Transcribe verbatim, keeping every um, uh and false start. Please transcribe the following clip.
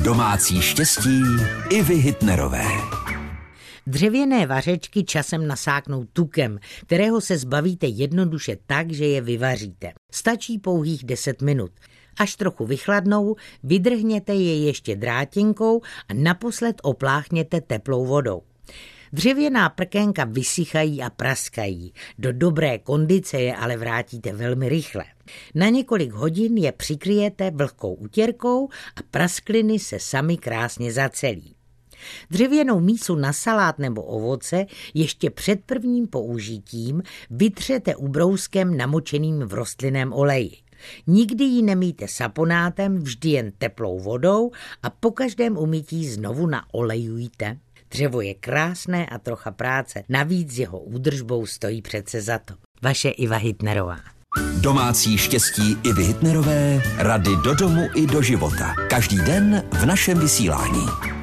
Domácí štěstí Ivy Hitnerové. Dřevěné vařečky časem nasáknou tukem, kterého se zbavíte jednoduše tak, že je vyvaříte. Stačí pouhých deset minut. Až trochu vychladnou, vydrhněte je ještě drátinkou a naposled opláchněte teplou vodou. Dřevěná prkénka vysychají a praskají. Do dobré kondice je ale vrátíte velmi rychle. Na několik hodin je přikryjete vlhkou utěrkou a praskliny se sami krásně zacelí. Dřevěnou mísu na salát nebo ovoce ještě před prvním použitím vytřete ubrouskem namočeným v rostlinném oleji. Nikdy ji nemýjte saponátem, vždy jen teplou vodou a po každém umytí znovu naolejujte. Dřevo je krásné a trocha práce, navíc jeho údržbou stojí přece za to. Vaše Iva Hitnerová. Domácí štěstí Ivy Hitnerové, rady do domu i do života. Každý den v našem vysílání.